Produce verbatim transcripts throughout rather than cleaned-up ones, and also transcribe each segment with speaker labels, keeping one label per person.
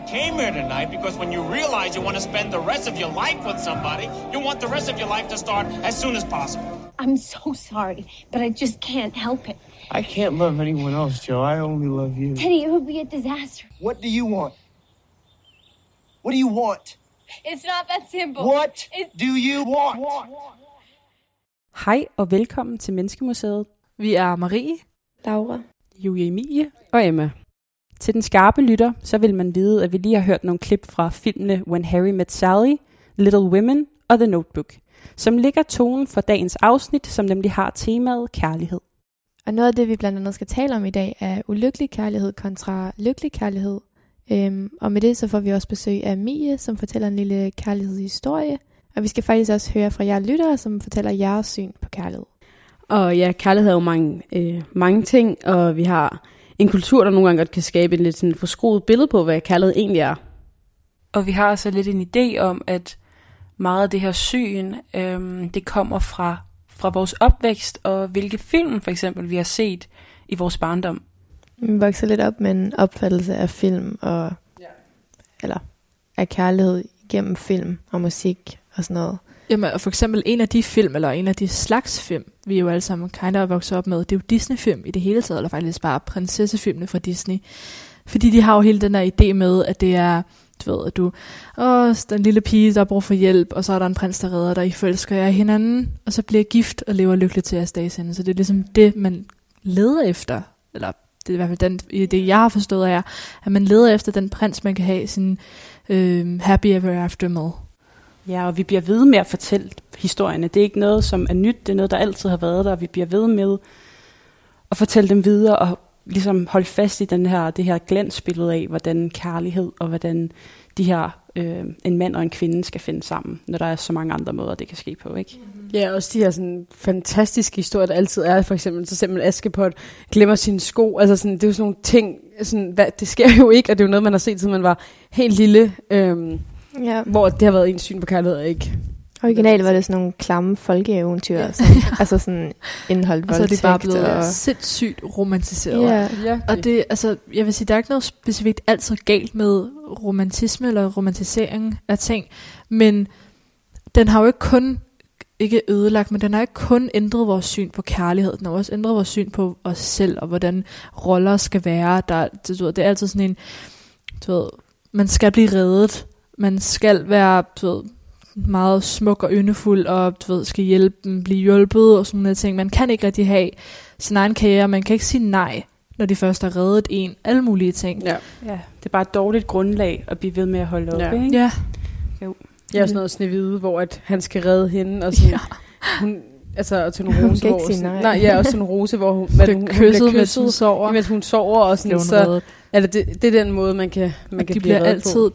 Speaker 1: came here tonight because when you realize you want to spend the rest of your life with somebody, you want the rest of your life to start as soon as possible.
Speaker 2: I'm so sorry, but I just can't help it.
Speaker 3: I can't love anyone else, Joe. I only love you.
Speaker 2: Teddy, it would be a disaster.
Speaker 4: What do you want? What do you want?
Speaker 2: It's not that simple.
Speaker 4: What
Speaker 2: It's...
Speaker 4: do you want?
Speaker 5: Hej og velkommen til Menneskemuseet.
Speaker 6: Vi er Marie,
Speaker 7: Laura,
Speaker 5: Julie Emilie og Emma. Til den skarpe lytter, så vil man vide, at vi lige har hørt nogle klip fra filmene When Harry Met Sally, Little Women og The Notebook, som ligger tonen for dagens afsnit, som nemlig har temaet kærlighed.
Speaker 7: og noget af det, vi blandt andet skal tale om i dag, er ulykkelig kærlighed kontra lykkelig kærlighed. Øhm, og med det så får vi også besøg af Mie, som fortæller en lille kærlighedshistorie. Og vi skal faktisk også høre fra jer lyttere, som fortæller jeres syn på kærlighed.
Speaker 8: Og ja, kærlighed er jo mange, øh, mange ting, og vi har en kultur, der nogle gange godt kan skabe et lidt sådan forskruet billede på, hvad kærlighed egentlig er.
Speaker 5: Og vi har altså lidt en idé om, at meget af det her syn, øhm, det kommer fra, fra vores opvækst, og hvilke film for eksempel vi har set i vores barndom.
Speaker 7: Vi vokser lidt op med en opfattelse af film, og,
Speaker 8: Ja.
Speaker 7: eller af kærlighed gennem film og musik og sådan noget.
Speaker 6: Jamen, og for eksempel en af de film, eller en af de slags film, vi jo alle sammen kind of vokset op med, det er jo Disney-film i det hele taget, eller faktisk bare prinsessefilmene fra Disney. Fordi de har jo hele den der idé med, at det er, du ved, at du, åh, der er en lille pige, der har brug for hjælp, og så er der en prins, der redder dig, I forelsker jer hinanden, og så bliver gift og lever lykkeligt til jeres dages ende. Så det er ligesom det, man leder efter, eller det er i hvert fald den, det, jeg har forstået er, at man leder efter den prins, man kan have sin øh, happy ever after med.
Speaker 5: Ja, og vi bliver ved med at fortælle historierne. Det er ikke noget, som er nyt, det er noget, der altid har været der, og vi bliver ved med at fortælle dem videre, og ligesom holde fast i den her, det her glansbillede af, hvordan kærlighed, og hvordan de her, øh, en mand og en kvinde skal finde sammen, når der er så mange andre måder, det kan ske på, ikke?
Speaker 8: Ja, også de her sådan fantastiske historier, der altid er. For eksempel, så simpelthen Askepot glemmer sine sko. Altså sådan, det er jo sådan nogle ting, sådan, hvad, det sker jo ikke, og det er jo noget, man har set, siden man var helt lille. Øhm,
Speaker 7: Ja.
Speaker 8: hvor det har været en syn på kærlighed, ikke?
Speaker 7: Originalt var det sådan nogle klamme folkeeventyr, ja. som, altså sådan indholdt
Speaker 6: Og så er
Speaker 7: voldtægt.
Speaker 6: det bare blevet
Speaker 7: og...
Speaker 6: sindssygt romantiseret.
Speaker 7: Ja.
Speaker 8: Ja.
Speaker 6: Og det, altså, jeg vil sige, der er ikke noget specifikt altid galt med romantisme eller romantisering af ting, men den har jo ikke kun, ikke ødelagt, men den har ikke kun ændret vores syn på kærlighed, den har også ændret vores syn på os selv, og hvordan roller skal være. Der, det, det er altid sådan en, du ved, man skal blive reddet, man skal være, du ved, meget smuk og yndefuld, og du ved, skal hjælpe, blive hjulpet og sådan nogle ting. Man kan ikke rigtig have sin egen karriere, man kan ikke sige nej, når de først har reddet en, alle mulige ting.
Speaker 8: Ja.
Speaker 5: Ja, det er bare et dårligt grundlag at blive ved med at holde op,
Speaker 8: Ja.
Speaker 5: ikke?
Speaker 6: Ja.
Speaker 5: Jo.
Speaker 8: Jeg er også noget Snehvide, hvor at han skal redde hende, og sådan,
Speaker 6: Ja.
Speaker 8: hun, altså, og til en
Speaker 7: Hun
Speaker 8: rose,
Speaker 7: kan ikke
Speaker 8: hvor,
Speaker 7: sige
Speaker 8: sådan,
Speaker 7: nej.
Speaker 8: nej, ja, også til en rose, hvor hun,
Speaker 6: Bliver
Speaker 8: hun, hun
Speaker 6: kysset,
Speaker 8: bliver
Speaker 6: mens hun sover.
Speaker 8: imens hun sover, og sådan,
Speaker 6: Bliver hun
Speaker 8: så,
Speaker 6: reddet.
Speaker 8: altså, det, det er den måde, man kan, man
Speaker 6: Og
Speaker 8: kan
Speaker 6: de
Speaker 8: blive
Speaker 6: bliver
Speaker 8: reddet
Speaker 6: altid,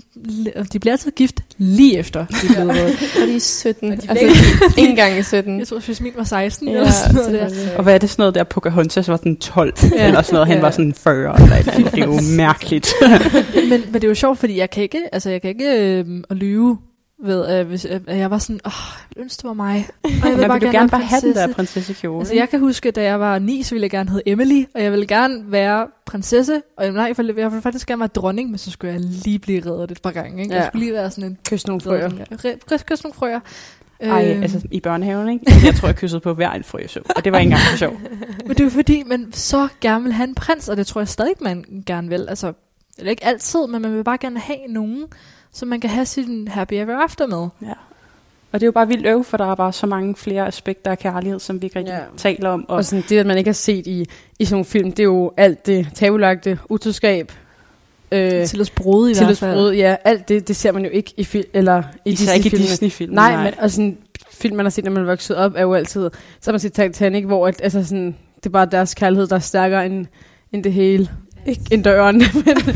Speaker 6: de bliver altid gift lige efter, de er blevet reddet.
Speaker 7: Og de er sytten.
Speaker 8: Og de
Speaker 7: altså, ikke engang i sytten.
Speaker 6: Jeg tror, at Jasmin var seksten,
Speaker 7: Ja,
Speaker 6: eller sådan noget der.
Speaker 7: selvfølgelig.
Speaker 5: Og hvad er det sådan noget der, Pocahontas var sådan tolv,
Speaker 6: Ja.
Speaker 5: eller sådan noget, han
Speaker 8: Ja.
Speaker 5: var sådan fyrre, eller et eller andet. Det er jo mærkeligt.
Speaker 6: men, men det er jo sjovt, fordi jeg kan ikke, altså jeg kan ikke øh, at lyve ved, øh, hvis øh, jeg var sådan, åh, jeg ville ønske, det var mig. Og jeg
Speaker 5: Men vil du gerne
Speaker 6: være
Speaker 5: bare have den der
Speaker 6: prinsesse.
Speaker 5: prinsessekjole?
Speaker 6: Altså jeg kan huske, da jeg var ni, så ville jeg gerne hedde Emily, og jeg ville gerne være prinsesse, og jeg, nej, jeg ville, jeg ville faktisk gerne være dronning, men så skulle jeg lige blive reddet et par gange, ikke?
Speaker 8: Ja.
Speaker 6: Jeg skulle lige være sådan en...
Speaker 8: Kys nogle frøer.
Speaker 6: Kys, kys nogle frøer.
Speaker 5: Ej,
Speaker 6: Øhm,
Speaker 5: altså i børnehaven, ikke? Jeg tror, jeg kyssede på hver en frø, jeg så. Og det var ikke engang for sjov.
Speaker 6: Men det er jo fordi, man så gerne vil have en prins, og det tror jeg stadig, man gerne vil. Altså, eller ikke altid, men man vil bare gerne have nogen, som man kan have sin happy ever after med.
Speaker 5: Ja. Og det er jo bare vildt øv, for der er bare så mange flere aspekter af kærlighed, som vi ikke rigtig
Speaker 8: Ja.
Speaker 5: taler om. Og,
Speaker 8: Og sådan det, at man ikke har set i, i sådan nogle film, det er jo alt det tabulagte, utroskab, øh,
Speaker 6: Til at sprode i hvert fald.
Speaker 8: tillidsbrud, ja, alt det, det ser man jo ikke i film, eller i
Speaker 5: især ikke i
Speaker 8: Disney-filmene.
Speaker 5: Disney-film.
Speaker 8: Nej, men og sådan film, man har set, når man er vokset op, er jo altid, så har man set Titanic, hvor at, altså sådan, det er bare deres kærlighed, der er stærkere end, end det hele. Ikke end døren, men,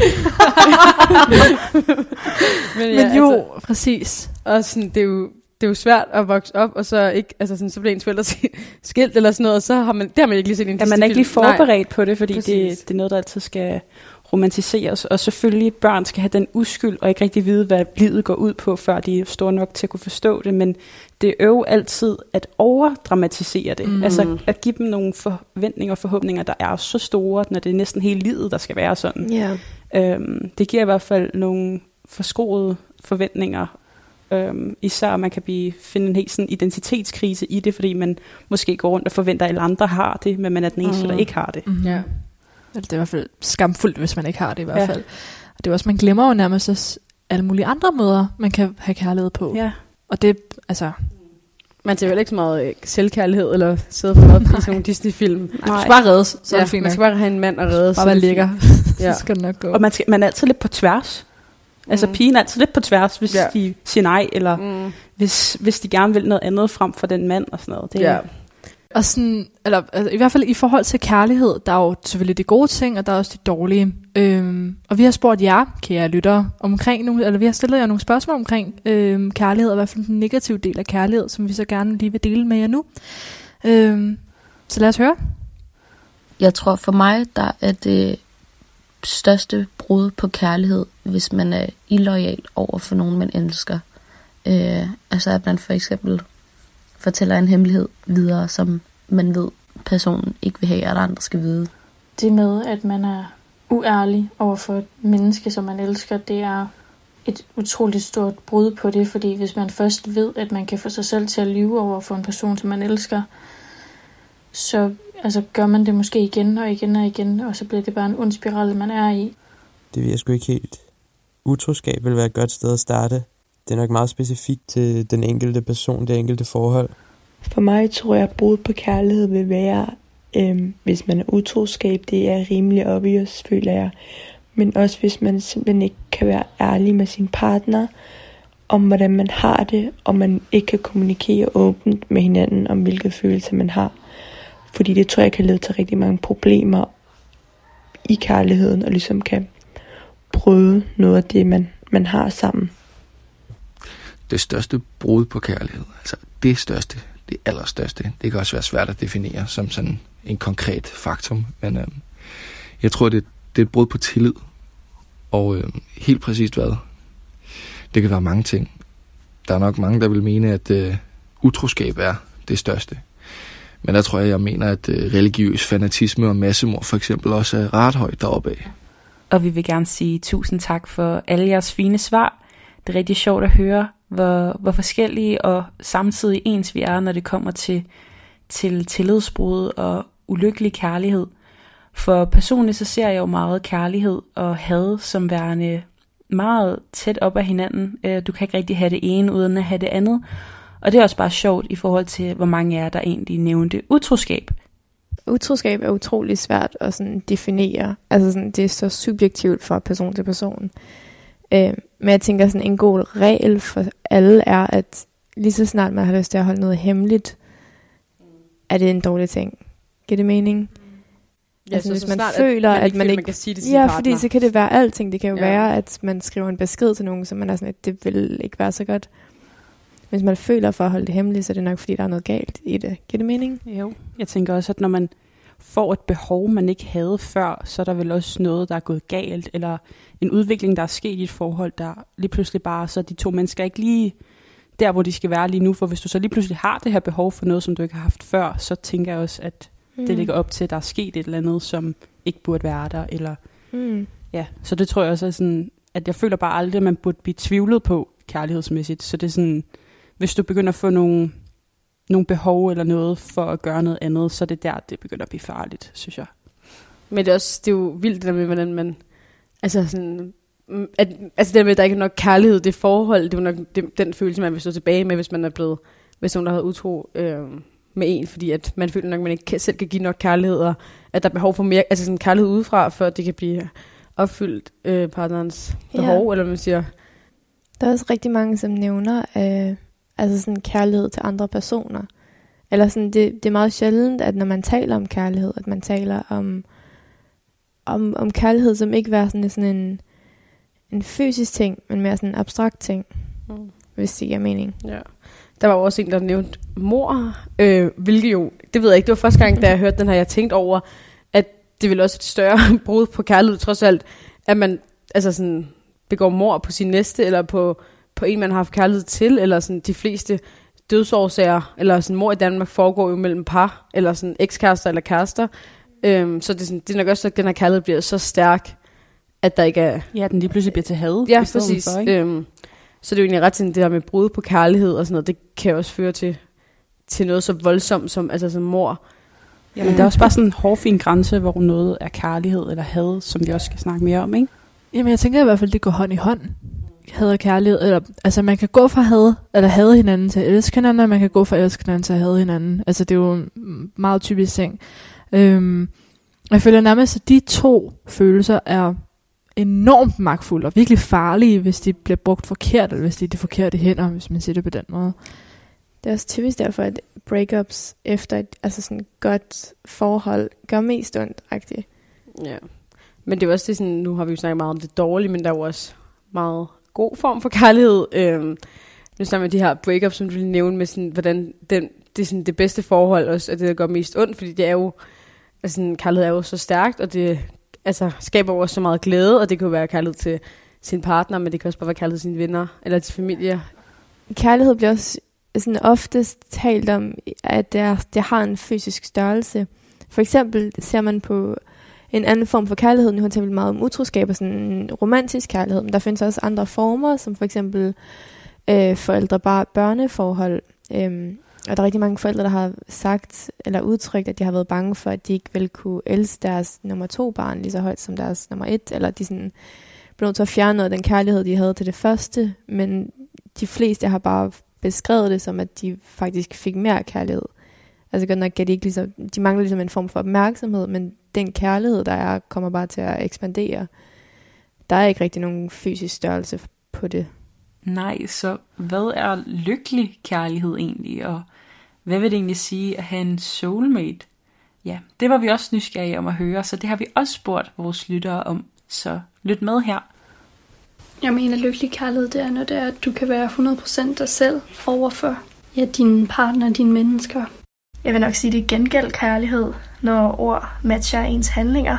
Speaker 8: men, ja,
Speaker 6: Men jo,
Speaker 8: altså,
Speaker 6: præcis.
Speaker 8: og sådan, det er jo det er jo svært at vokse op, og så ikke, altså sådan, så bliver ens forældre skilt eller sådan noget, og så har man, det har man ikke lige set i en
Speaker 5: er man ikke lige
Speaker 8: Disney-film. Nej.
Speaker 5: forberedt på det, fordi det,
Speaker 8: Præcis.
Speaker 5: det er noget, der altid skal romantiseres, og selvfølgelig børn skal have den uskyld, og ikke rigtig vide, hvad livet går ud på, før de er store nok til at kunne forstå det, men det er jo altid at overdramatisere det, mm. altså at give dem nogle forventninger og forhåbninger, der er så store, når det er næsten hele livet, der skal være sådan.
Speaker 7: Ja.
Speaker 5: Øhm, det giver i hvert fald nogle forskroede forventninger, øhm, især man kan blive, finde en helt sådan identitetskrise i det, fordi man måske går rundt og forventer, at alle andre har det, men man er den eneste, mm. der ikke har det.
Speaker 6: Mm-hmm. Ja. Det er i hvert fald skamfuldt, hvis man ikke har det i hvert ja. fald. Og det er også, man glemmer jo nærmest også alle mulige andre måder, man kan have kærlighed på.
Speaker 5: Ja.
Speaker 6: Og det, altså...
Speaker 8: Man ser jo ikke så meget selvkærlighed, eller sidde for meget i sådan nogle Disney-film.
Speaker 6: Nej. Du skal bare reddes, så
Speaker 8: ja,
Speaker 6: er det fint.
Speaker 8: Man skal bare have en mand og reddes.
Speaker 6: Bare være lækker,
Speaker 8: ja.
Speaker 6: så skal det nok gå.
Speaker 5: Og man, skal, man er altid lidt på tværs. Mm. Altså pigen er altid lidt på tværs, hvis ja. de siger nej, eller mm. hvis, hvis de gerne vil noget andet frem for den mand og sådan noget. Det,
Speaker 6: ja. Og sådan, eller altså, i hvert fald i forhold til kærlighed, der er jo selvfølgelig de gode ting, og der er også de dårlige. Øhm, og vi har spurgt jer, kære lyttere, omkring nogle, eller vi har stillet jer nogle spørgsmål omkring øhm, kærlighed, og i hvert fald den negative del af kærlighed, som vi så gerne lige vil dele med jer nu. Øhm, så lad os høre.
Speaker 9: Jeg tror for mig, der er det største brud på kærlighed, hvis man er illoyal over for nogen, man elsker. Øh, altså at man for eksempel fortæller en hemmelighed videre, som man ved, personen ikke vil have, at andre skal vide.
Speaker 10: Det med, at man er uærlig over for et menneske, som man elsker, det er et utroligt stort brud på det, fordi hvis man først ved, at man kan få sig selv til at lyve over for en person, som man elsker, så altså, gør man det måske igen og igen og igen, og så bliver det bare en ond spiral, man er i.
Speaker 11: Det ved jeg sgu ikke helt. Utroskab vil være et godt sted at starte. Det er nok meget specifikt til den enkelte person, det enkelte forhold.
Speaker 12: For mig tror jeg, at brud på kærlighed vil være, øhm, hvis man er utroskab, det er rimelig obvious, føler jeg. Men også hvis man simpelthen ikke kan være ærlig med sin partner, om hvordan man har det, og man ikke kan kommunikere åbent med hinanden, om hvilke følelser man har. Fordi det tror jeg kan lede til rigtig mange problemer i kærligheden, og ligesom kan bryde noget af det, man, man har sammen.
Speaker 13: Det største brud på kærlighed, altså det største, det allerstørste, det kan også være svært at definere som sådan en konkret faktum, men øh, jeg tror, det, det er et brud på tillid, og øh, helt præcist hvad? Det kan være mange ting. Der er nok mange, der vil mene, at øh, utroskab er det største. Men der tror jeg, jeg mener, at øh, religiøs fanatisme og massemord for eksempel også er ret højt deroppe af.
Speaker 5: Og vi vil gerne sige tusind tak for alle jeres fine svar. Det er rigtig sjovt at høre, hvor, hvor forskellige og samtidig ens vi er, når det kommer til, til tillidsbrud og ulykkelig kærlighed. For personligt så ser jeg jo meget kærlighed og had som værende meget tæt op ad hinanden. Du kan ikke rigtig have det ene uden at have det andet. Og det er også bare sjovt i forhold til, hvor mange af jer, der egentlig nævnte utroskab.
Speaker 7: Utroskab er utrolig svært at sådan definere. Altså sådan, det er så subjektivt fra person til person. Øh, men jeg tænker sådan, en god regel for alle er, at lige så snart man har lyst til at holde noget hemmeligt, er det en dårlig ting. Giver det mening?
Speaker 8: Ja,
Speaker 7: altså
Speaker 8: så,
Speaker 7: hvis
Speaker 8: så
Speaker 7: man
Speaker 8: snart,
Speaker 7: føler,
Speaker 8: at man ikke,
Speaker 7: at man
Speaker 8: føler,
Speaker 7: ikke
Speaker 8: man kan sige det til
Speaker 7: ja,
Speaker 8: sin partner.
Speaker 7: fordi så kan det være alting. Det kan jo
Speaker 8: ja.
Speaker 7: være, at man skriver en besked til nogen, som man er sådan, at det vil ikke være så godt. Hvis man føler for at holde det hemmeligt, så er det nok, fordi der er noget galt i det. Giver det mening?
Speaker 5: Jo. Jeg tænker også, at når man får et behov, man ikke havde før, så er der vel også noget, der er gået galt, eller en udvikling, der er sket i et forhold, der lige pludselig bare, så de to mennesker ikke lige der, hvor de skal være lige nu. For hvis du så lige pludselig har det her behov for noget, som du ikke har haft før, så tænker jeg også, at mm. det ligger op til, at der er sket et eller andet, som ikke burde være der. Eller,
Speaker 7: mm.
Speaker 5: ja. Så det tror jeg også er sådan, at jeg føler bare aldrig, at man burde blive tvivlet på kærlighedsmæssigt. Så det er sådan, hvis du begynder at få nogle, nogle behov eller noget for at gøre noget andet, så er det der, det begynder at blive farligt, synes jeg.
Speaker 8: Men det er også, det er jo vildt det der med, hvordan man, altså sådan, at, altså det der med, at der ikke er nok kærlighed, det forhold, det er jo nok det, den følelse, man vil stå tilbage med, hvis man er blevet, hvis nogen der har været utro øh, med en, fordi at man føler nok, at man ikke kan, selv kan give nok kærlighed, og at der er behov for mere, altså sådan kærlighed udefra, for at det kan blive opfyldt øh, partnerens behov, ja. Eller hvad man siger.
Speaker 7: Der er også rigtig mange, som nævner, øh, altså sådan kærlighed til andre personer. Eller sådan, det, det er meget sjældent, at når man taler om kærlighed, at man taler om, om, om kærlighed, som ikke er sådan, sådan en, en fysisk ting, men mere sådan en abstrakt ting, mm. hvis det giver mening.
Speaker 8: Ja. Der var jo også en, der nævnte mor, øh, hvilket jo, det ved jeg ikke, det var første gang, da jeg hørte den her, jeg tænkte over, at det er vel også et større brud på kærlighed, trods alt, at man altså sådan, begår mord på sin næste, eller på, på en, man har haft kærlighed til, eller sådan de fleste dødsårsager, eller sådan mord i Danmark foregår jo mellem par, eller sådan ekskærester eller kærester. Øhm, så det er, sådan, det er nok også, at den her kærlighed bliver så stærk, at der ikke er...
Speaker 5: Ja, den lige pludselig bliver til had.
Speaker 8: Ja, præcis. For, øhm, så det er jo egentlig ret til det der med brud på kærlighed og sådan noget, det kan også føre til, til noget så voldsomt som, altså som mord.
Speaker 5: Ja, men der er også bare sådan en hårfin grænse, hvor noget er kærlighed eller had, som vi også skal snakke mere om, ikke?
Speaker 6: Jamen, jeg tænker i hvert fald, det går hånd i hånd. Had og kærlighed, eller, altså man kan gå fra had, eller hade hinanden til at elske hinanden, og man kan gå fra at elske hinanden til at hade hinanden. Altså det er jo en meget typisk ting. Øhm, jeg føler nærmest, at de to følelser er enormt magtfulde, og virkelig farlige, hvis de bliver brugt forkert, eller hvis de er de forkerte hænder, hvis man siger det på den måde.
Speaker 7: Det er også typisk derfor, at breakups efter et altså sådan godt forhold gør mest ondt-agtigt.
Speaker 8: Ja, men det er også det sådan, nu har vi jo snakket meget om det dårlige, men der er jo også meget god form for kærlighed. Øhm, nu snakker med de her breakups, som du lige nævnte, med sådan, hvordan den, det er sådan det bedste forhold også, og det der gør mest ondt, fordi det er jo, altså kærlighed er jo så stærkt, og det altså, skaber jo også så meget glæde, og det kan jo være kærlighed til sin partner, men det kan også bare være kærlighed til sine venner, eller til familie.
Speaker 7: Kærlighed bliver også sådan oftest talt om, at det, er, det har en fysisk størrelse. For eksempel ser man på en anden form for kærlighed, nu har talt meget om utroskab og sådan romantisk kærlighed, men der findes også andre former, som for eksempel øh, forældre-børneforhold. Øhm, og der er rigtig mange forældre, der har sagt eller udtrykt, at de har været bange for, at de ikke vil kunne elske deres nummer to barn lige så højt som deres nummer et, eller de sådan blev nødt til at fjerne noget af den kærlighed, de havde til det første, men de fleste har bare beskrevet det som, at de faktisk fik mere kærlighed. Altså godt nok, at de ikke ligesom, de mangler ligesom en form for opmærksomhed, men den kærlighed, der er, kommer bare til at ekspandere. Der er ikke rigtig nogen fysisk størrelse på det.
Speaker 5: Nej, så hvad er lykkelig kærlighed egentlig, og hvad vil det egentlig sige at have en soulmate? Ja, det var vi også nysgerrige om at høre, så det har vi også spurgt vores lyttere om, så lyt med her.
Speaker 14: Jeg mener, lykkelig kærlighed, det er, når det er, at du kan være hundrede procent dig selv overfor ja, dine partner, dine mennesker.
Speaker 15: Jeg vil nok sige, det er gengæld kærlighed, når ord matcher ens handlinger,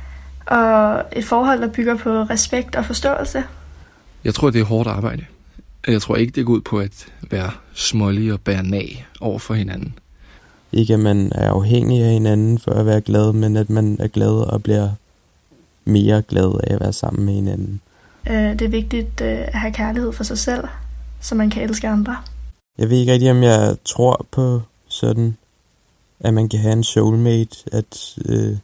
Speaker 15: og et forhold, der bygger på respekt og forståelse.
Speaker 13: Jeg tror, det er hårdt arbejde. Jeg tror ikke, det går ud på at være smålig og bære nag over for hinanden.
Speaker 11: Ikke at man er afhængig af hinanden for at være glad, men at man er glad og bliver mere glad af at være sammen med hinanden.
Speaker 15: Det er vigtigt at have kærlighed for sig selv, så man kan elske andre.
Speaker 11: Jeg ved ikke rigtig, om jeg tror på sådan, at man kan have en soulmate, at, øh,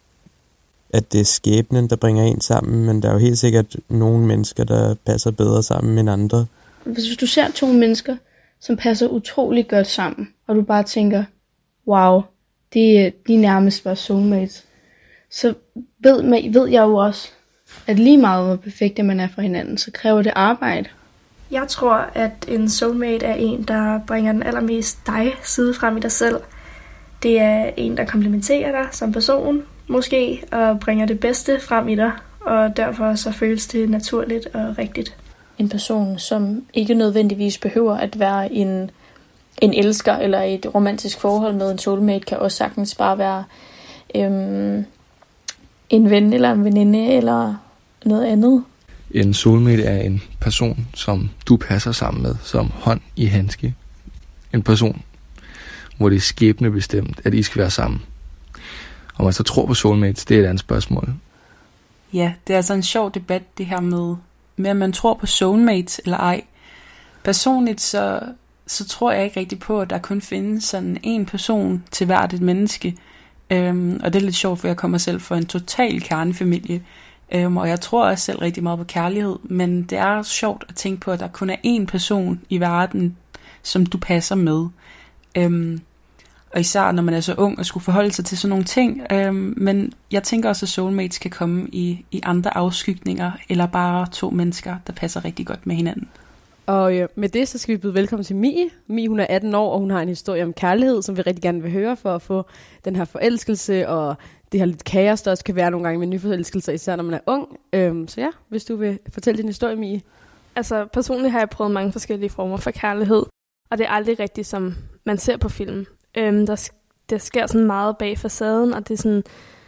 Speaker 11: at det er skæbnen, der bringer en sammen, men der er jo helt sikkert nogle mennesker, der passer bedre sammen end andre.
Speaker 16: Hvis du ser to mennesker, som passer utrolig godt sammen, og du bare tænker, wow, de, de er nærmest bare soulmates, så ved, man, ved jeg jo også, at lige meget hvor perfekte man er for hinanden, så kræver det arbejde.
Speaker 15: Jeg tror, at en soulmate er en, der bringer den allermest dig side frem i dig selv. Det er en, der komplementerer dig som person, måske, og bringer det bedste frem i dig, og derfor så føles det naturligt og rigtigt.
Speaker 10: En person, som ikke nødvendigvis behøver at være en, en elsker eller et romantisk forhold med en soulmate, kan også sagtens bare være øhm, en ven eller en veninde eller noget andet.
Speaker 13: En soulmate er en person, som du passer sammen med, som hånd i handske. En person, hvor det er skæbnebestemt, at I skal være sammen. Om man så tror på soulmates, det er et andet spørgsmål.
Speaker 5: Ja, det er altså en sjov debat, det her med, med at man tror på soulmates eller ej. Personligt så, så tror jeg ikke rigtig på, at der kun findes sådan en person til hvert et menneske. Øhm, og det er lidt sjovt, for jeg kommer selv fra en total kernefamilie. Øhm, og jeg tror også selv rigtig meget på kærlighed. Men det er sjovt at tænke på, at der kun er én person i verden, som du passer med. Øhm, og især når man er så ung og skulle forholde sig til sådan nogle ting. Øhm, men jeg tænker også, at soulmates kan komme i, i andre afskygninger, eller bare to mennesker, der passer rigtig godt med hinanden.
Speaker 8: Og ja, med det, så skal vi byde velkommen til Mie. Mie, hun er atten år, og hun har en historie om kærlighed, som vi rigtig gerne vil høre for at få den her forelskelse, og det her lidt kaos, der også kan være nogle gange med nyforelskelser, især når man er ung. Øhm, så ja, hvis du vil fortælle din historie, Mie.
Speaker 17: Altså, personligt har jeg prøvet mange forskellige former for kærlighed, og det er aldrig rigtigt, som man ser på film. Øhm, der, der sker sådan meget bag facaden, og det er sådan,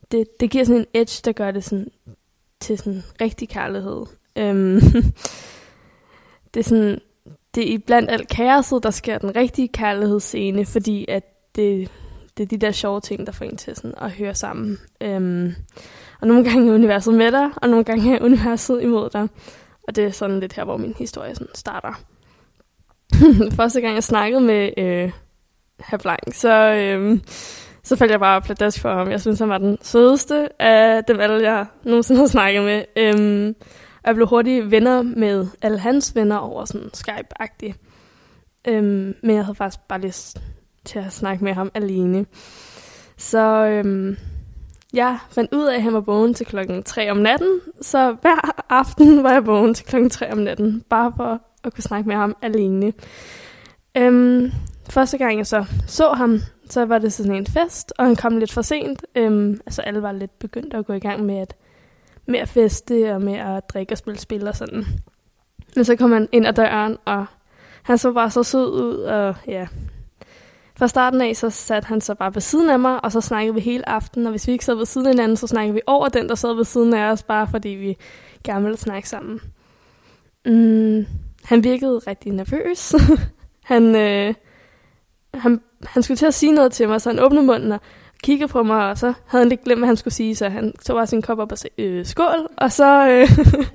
Speaker 17: det, det giver sådan en edge, der gør det sådan, til sådan rigtig kærlighed. Øhm, det er sådan, det er blandt alt kaoset, der sker den rigtige kærlighedsscene, fordi at det, det er de der sjove ting, der får en til sådan at høre sammen. Øhm, og nogle gange er universet med dig, og nogle gange er universet imod dig. Og det er sådan lidt her, hvor min historie sådan starter. Første gang jeg snakkede med øh, Herr Blank, så, øh, så faldt jeg bare pladask for ham. Jeg synes, han var den sødeste af dem alle, jeg nogensinde har snakket med. Øh, og jeg blev hurtigt venner med alle hans venner over sådan Skype-agtigt. Øh, men jeg havde faktisk bare lyst til at snakke med ham alene. Så øh, jeg fandt ud af, at han var vågen til klokken tre om natten. Så hver aften var jeg vågen til klokken tre om natten, bare for at kunne snakke med ham alene. Øhm, første gang jeg så så ham, så var det sådan en fest, og han kom lidt for sent. Øhm, altså alle var lidt begyndt at gå i gang med at, med at feste, og med at drikke og spille spil og sådan. Men så kom han ind ad døren, og han så bare så sød ud, og ja. Fra starten af, så satte han sig bare ved siden af mig, og så snakkede vi hele aftenen, og hvis vi ikke sad ved siden af hinanden, så snakkede vi over den, der sad ved siden af os, bare fordi vi gerne ville snakke sammen. Mm, han virkede rigtig nervøs. han, øh, han, han skulle til at sige noget til mig, så han åbnede munden og kiggede på mig, og så havde han lidt glemt, hvad han skulle sige, så han tog bare sin kop op og sagde, øh, skål, og så, øh,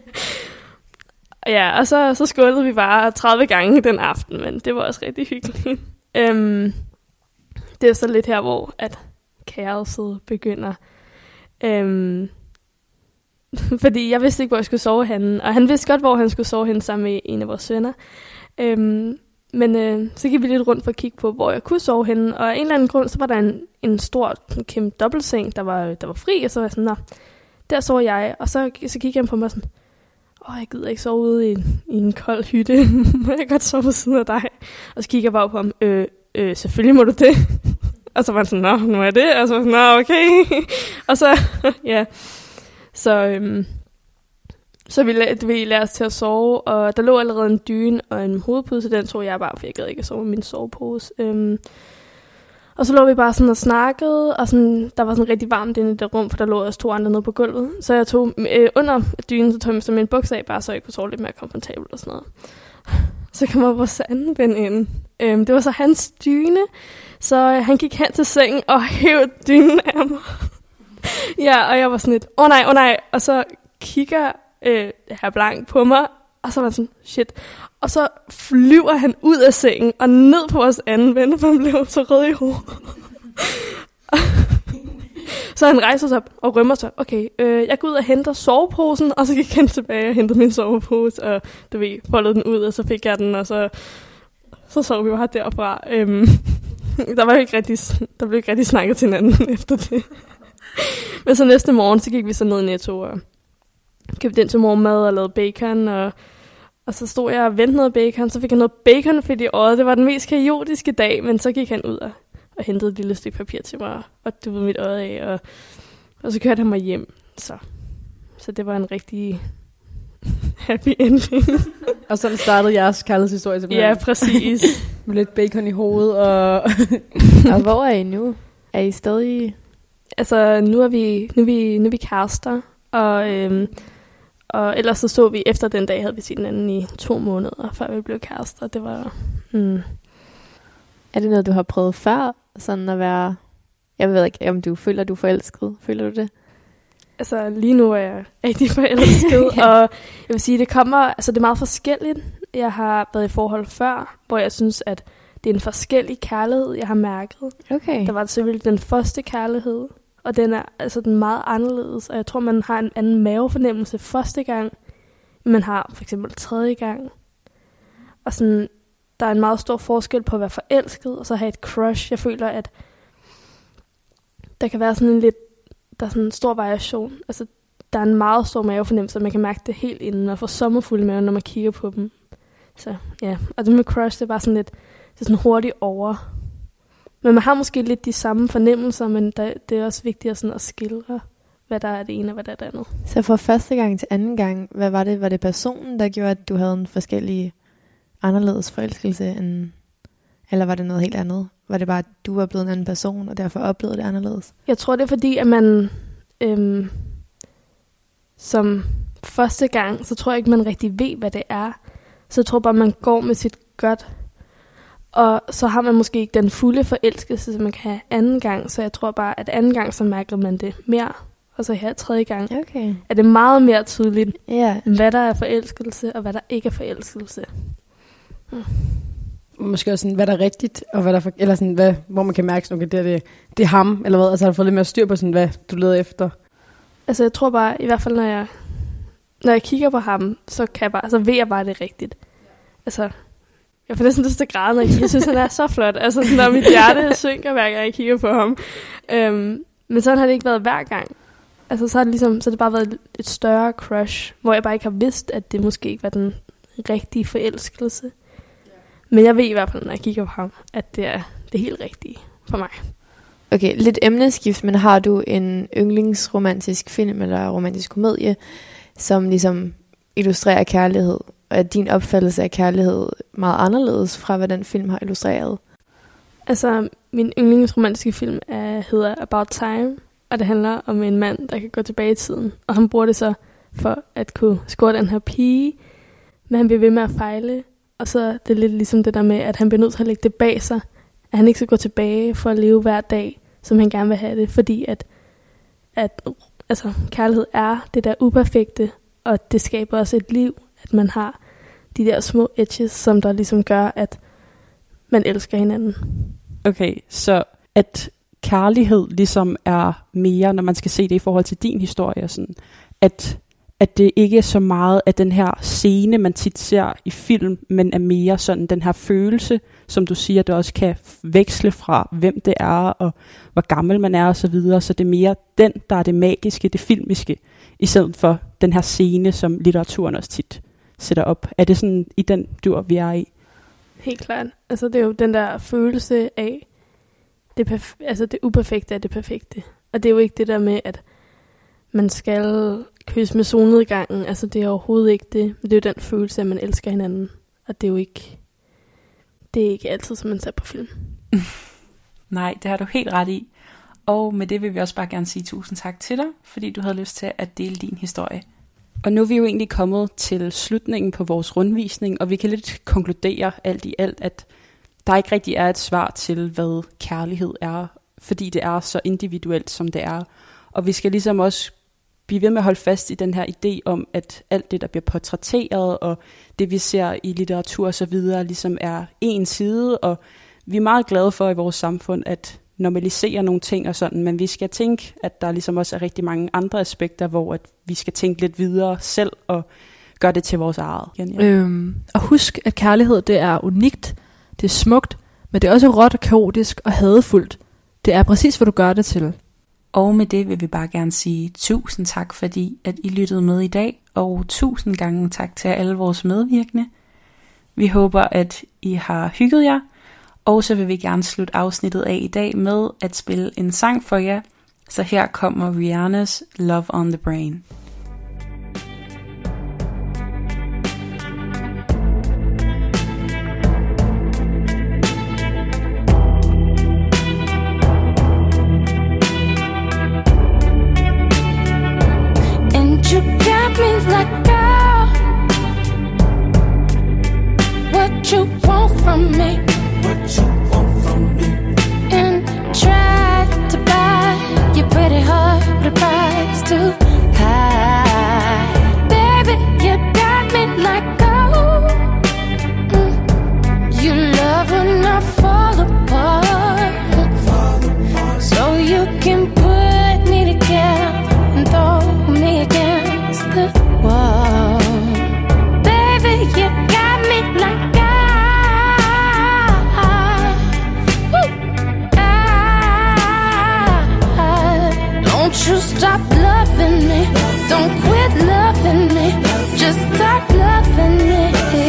Speaker 17: ja, og så, så skålede vi bare tredive gange den aften, men det var også rigtig hyggeligt. øhm, det er så lidt her, hvor at kaoset begynder. Øhm, Fordi jeg vidste ikke, hvor jeg skulle sove henne. Og han vidste godt, hvor han skulle sove henne sammen med en af vores venner. Øhm, men øh, så gik vi lidt rundt for at kigge på, hvor jeg kunne sove henne. Og af en eller anden grund, så var der en, en stor, en kæmpe dobbeltseng, der var, der var fri. Og så var jeg sådan, nå, der sover jeg. Og så, så kiggede han på mig sådan, åh, jeg gider ikke sove ude i, i en kold hytte. Må jeg godt sove ved siden af dig? Og så kiggede jeg bare på ham, øh, øh, selvfølgelig må du det. Og så var han sådan, nå, nu er det. Og så var jeg sådan, nå, okay. Og så, ja... Så, øhm, så vi, la- vi lærte os til at sove, og der lå allerede en dyne og en hovedpude, så den tog jeg bare, for jeg gad ikke at sove med min sovepose. Øhm, og så lå vi bare sådan og snakkede, og sådan, der var sådan rigtig varmt inde i det rum, for der lå også to andre nede på gulvet. Så jeg tog øh, under dynen, så tog jeg med min bukser af, bare så jeg kunne sove lidt mere komfortabelt og sådan noget. Så kom vores anden ven ind. Øhm, det var så hans dyne, så øh, han gik hen til sengen og hævde dynen af mig. Ja, og jeg var sådan lidt, åh oh, nej, åh oh, nej. Og så kigger øh, Herr Blank på mig, og så var han sådan, shit. Og så flyver han ud af sengen og ned på vores anden ven, for han blev så rød i hovedet. Så han rejser sig op og rømmer sig. Okay, øh, jeg går ud og henter soveposen, og så gik han tilbage og hentede min sovepose, og du ved, foldede den ud, og så fik jeg den, og så, så sov vi bare derfra. Øhm, der, var ikke rigtig, der blev ikke rigtig snakket til hinanden efter det. Men så næste morgen, så gik vi så ned i Netto og købte ind til morgenmad og lavede bacon. Og, og så stod jeg og ventede noget bacon, så fik jeg noget bacon fedt i øjet. Det var den mest kaotiske dag, men så gik han ud og, og hentede et lille stykke papir til mig og duede mit øje af. Og, og så kørte han mig hjem. Så, så det var en rigtig happy ending.
Speaker 8: Og sådan startede jeres kærlighedshistorie simpelthen.
Speaker 17: Ja, præcis.
Speaker 8: Med lidt bacon i hovedet. Og,
Speaker 7: og hvor er I nu? Er I stadig...
Speaker 17: Altså, nu er vi, nu er vi, nu er vi kærester, og, øhm, og ellers så så vi efter den dag, havde vi set hinanden i to måneder, før vi blev kærester. Det var... Mm.
Speaker 7: Er det noget, du har prøvet før? Sådan at være... Jeg ved ikke, om du føler, du er forelsket. Føler du det?
Speaker 17: Altså, lige nu er jeg rigtig forelsket, ja. Og jeg vil sige, det kommer... Altså, det er meget forskelligt. Jeg har været i forhold før, hvor jeg synes, at det er en forskellig kærlighed, jeg har mærket.
Speaker 7: Okay.
Speaker 17: Der var selvfølgelig den første kærlighed, og den er altså den meget anderledes. Og jeg tror, man har en anden mavefornemmelse første gang, end man har for eksempel tredje gang. Og sådan, der er en meget stor forskel på at være forelsket, og så have et crush. Jeg føler, at der kan være sådan en lidt, der er sådan en stor variation. Altså, der er en meget stor mavefornemmelse, og man kan mærke det helt inden, og få sommerfuld i maven, når man kigger på dem. Så ja, og det med crush, det er bare sådan lidt, det er sådan hurtigt over. Men man har måske lidt de samme fornemmelser, men der, det er også vigtigt sådan at skildre, hvad der er det ene og hvad der er det andet.
Speaker 7: Så fra første gang til anden gang, hvad var det? Var det personen, der gjorde, at du havde en forskellig anderledes forelskelse, end, eller var det noget helt andet? Var det bare, at du var blevet en anden person, og derfor oplevede det anderledes?
Speaker 17: Jeg tror, det er fordi, at man, øhm, som første gang, så tror jeg ikke, man rigtig ved, hvad det er. Så jeg tror bare, man går med sit godt. Og så har man måske ikke den fulde forelskelse, som man kan have anden gang. Så jeg tror bare, at anden gang, så mærker man det mere. Og så her tredje gang,
Speaker 7: okay.
Speaker 17: er det meget mere tydeligt,
Speaker 7: yeah.
Speaker 17: hvad der er forelskelse, og hvad der ikke er forelskelse. Hmm.
Speaker 8: Måske også sådan, hvad der er rigtigt, og hvad der for, eller sådan, hvad, hvor man kan mærke, sådan, okay, det, er det, det er ham, eller hvad? Altså har du fået lidt mere styr på, sådan, hvad du leder efter?
Speaker 17: Altså jeg tror bare, i hvert fald når jeg, når jeg kigger på ham, så, kan jeg bare, så ved jeg bare, det er rigtigt. Altså, jeg får næsten lyst til at græde, når jeg, jeg synes, han er så flot. Altså, sådan, når mit hjerte synker, hver gang jeg kigger på ham. Øhm, men sådan har det ikke været hver gang. Altså, så har det ligesom, så har det bare været et større crush, hvor jeg bare ikke har vidst, at det måske ikke var den rigtige forelskelse. Men jeg ved i hvert fald, når jeg kigger på ham, at det er det helt rigtige for mig.
Speaker 7: Okay, lidt emneskift, men har du en yndlingsromantisk film eller romantisk komedie, som ligesom illustrerer kærlighed? Og er din opfattelse af kærlighed meget anderledes fra, hvad den film har illustreret?
Speaker 17: Altså, min yndlingsromantiske film er, hedder About Time, og det handler om en mand, der kan gå tilbage i tiden. Og han bruger det så for at kunne score den her pige, men han bliver ved med at fejle. Og så er det lidt ligesom det der med, at han bliver nødt til at lægge det bag sig, at han ikke skal gå tilbage for at leve hver dag, som han gerne vil have det, fordi at, at altså, kærlighed er det der uperfekte, og det skaber også et liv, at man har de der små edges, som der ligesom gør, at man elsker hinanden.
Speaker 5: Okay, så at kærlighed ligesom er mere, når man skal se det i forhold til din historie, sådan, at, at det ikke er så meget af den her scene, man tit ser i film, men er mere sådan den her følelse, som du siger, der også kan veksle fra, hvem det er, og hvor gammel man er, og så videre. Så det er mere den, der er det magiske, det filmiske, i stedet for den her scene, som litteraturen også tit sætter op. Er det sådan i den dur, vi er i?
Speaker 17: Helt klart. Altså det er jo den der følelse af, det, perf- altså det uperfekte er det perfekte. Og det er jo ikke det der med, at man skal kysse med solnedgangen. Altså det er overhovedet ikke det. Men det er jo den følelse, at man elsker hinanden. Og det er jo ikke, det er ikke altid, som man ser på film.
Speaker 5: Nej, det har du helt ret i. Og med det vil vi også bare gerne sige tusind tak til dig, fordi du havde lyst til at dele din historie. Og nu er vi jo egentlig kommet til slutningen på vores rundvisning, og vi kan lidt konkludere alt i alt, at der ikke rigtig er et svar til, hvad kærlighed er, fordi det er så individuelt, som det er. Og vi skal ligesom også blive ved med at holde fast i den her idé om, at alt det, der bliver portrætteret, og det, vi ser i litteratur og så videre, ligesom er en side, og vi er meget glade for i vores samfund, at normalisere nogle ting og sådan, men vi skal tænke, at der ligesom også er rigtig mange andre aspekter, hvor at vi skal tænke lidt videre selv og gøre det til vores eget. Ja.
Speaker 6: Øhm, og husk, at kærlighed, det er unikt, det er smukt, men det er også råt og kaotisk og hadefuldt. Det er præcis, hvad du gør det til.
Speaker 5: Og med det vil vi bare gerne sige tusind tak, fordi at I lyttede med i dag, og tusind gange tak til alle vores medvirkende. Vi håber, at I har hygget jer, og så vil vi gerne slutte afsnittet af i dag med at spille en sang for jer. Så her kommer Rihannas Love on the Brain.
Speaker 18: And you got me like, girl, what you want from me? What you want from me? And try to buy your pretty heart with a price too high. Baby, you got me like gold. Mm. You love when I fall apart, so you can put me together and throw me against the wall. Baby, you got me like don't you stop loving me, don't quit loving me, just stop loving me.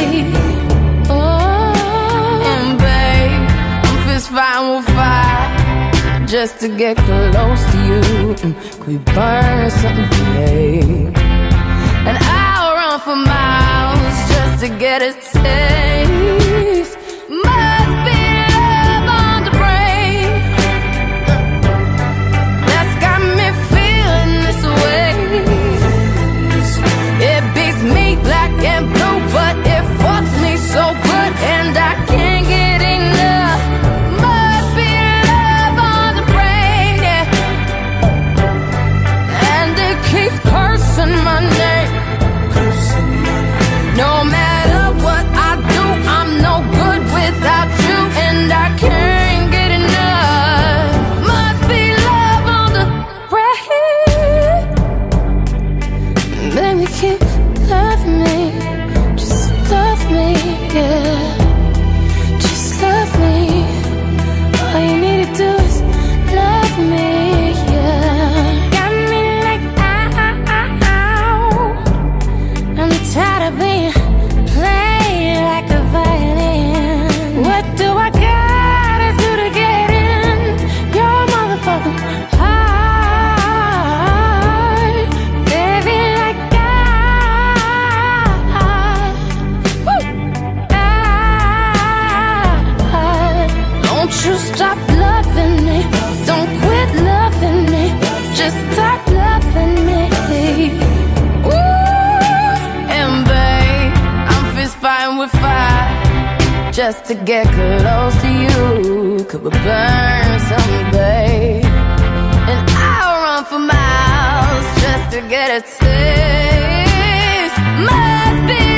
Speaker 18: Oh, and babe, I'm fist fighting with fire just to get close to you. Could we burn something today? And I'll run for miles just to get a taste. Must be love on the brain that's got me feeling fine with fire just to get close to you. Could we burn someday? And I'll run for miles just to get a taste. Must be